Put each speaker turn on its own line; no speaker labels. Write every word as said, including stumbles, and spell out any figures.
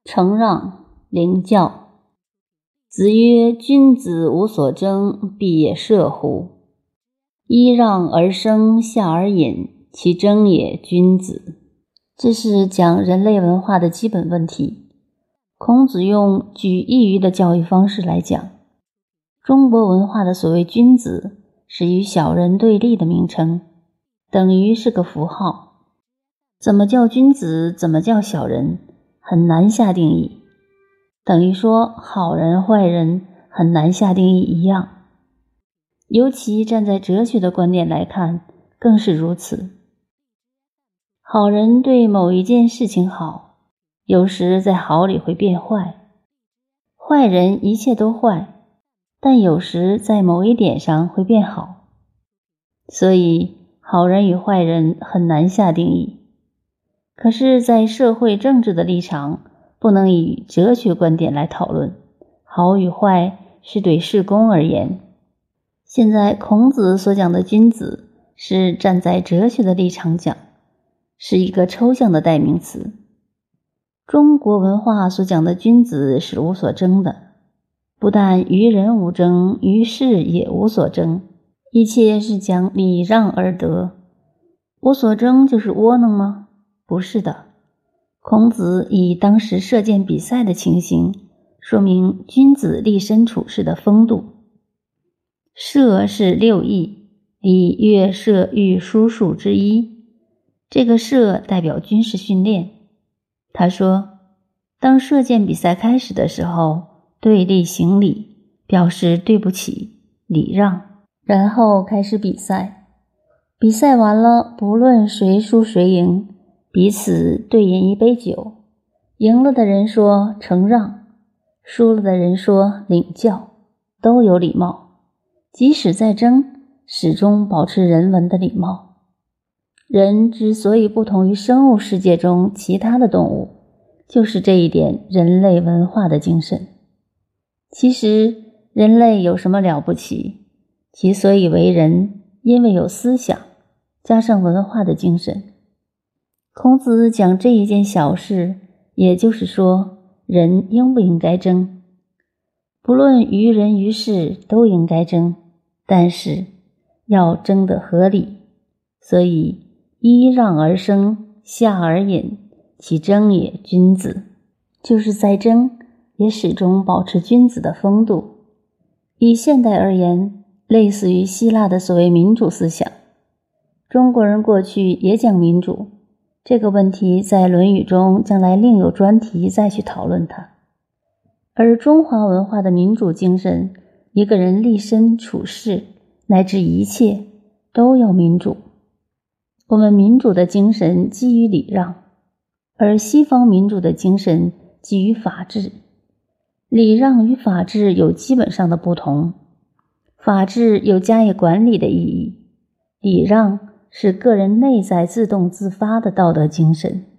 承让，凌教。子曰：君子无所争，必也射乎？揖让而生，下而饮，其争也君子。这是讲人类文化的基本问题。孔子用举一隅的教育方式来讲，中国文化的所谓君子是与小人对立的名称，等于是个符号。怎么叫君子，怎么叫小人，很难下定义，等于说好人坏人很难下定义一样。尤其站在哲学的观点来看，更是如此。好人对某一件事情好，有时在好里会变坏；坏人一切都坏，但有时在某一点上会变好。所以好人与坏人很难下定义。可是在社会政治的立场，不能以哲学观点来讨论，好与坏是对事公而言。现在孔子所讲的君子是站在哲学的立场讲，是一个抽象的代名词。中国文化所讲的君子是无所争的，不但于人无争，于事也无所争，一切是讲礼让而得。无所争就是窝囊吗？不是的。孔子以当时射箭比赛的情形，说明君子立身处世的风度。射是六艺，礼乐射御书数之一。这个射代表军事训练。他说，当射箭比赛开始的时候，对立行礼，表示对不起，礼让，然后开始比赛。比赛完了，不论谁输谁赢，彼此对饮一杯酒，赢了的人说承让，输了的人说领教，都有礼貌。即使在争，始终保持人文的礼貌。人之所以不同于生物世界中其他的动物，就是这一点人类文化的精神。其实人类有什么了不起？其所以为人，因为有思想，加上文化的精神。孔子讲这一件小事，也就是说，人应不应该争？不论于人于事都应该争，但是要争得合理。所以揖让而生，下而饮，其争也君子。就是在争，也始终保持君子的风度。以现代而言，类似于希腊的所谓民主思想。中国人过去也讲民主，这个问题在《论语》中将来另有专题再去讨论它。而中华文化的民主精神，一个人立身处世，乃至一切都要民主。我们民主的精神基于礼让，而西方民主的精神基于法治。礼让与法治有基本上的不同，法治有加以管理的意义，礼让是个人内在自动自发的道德精神。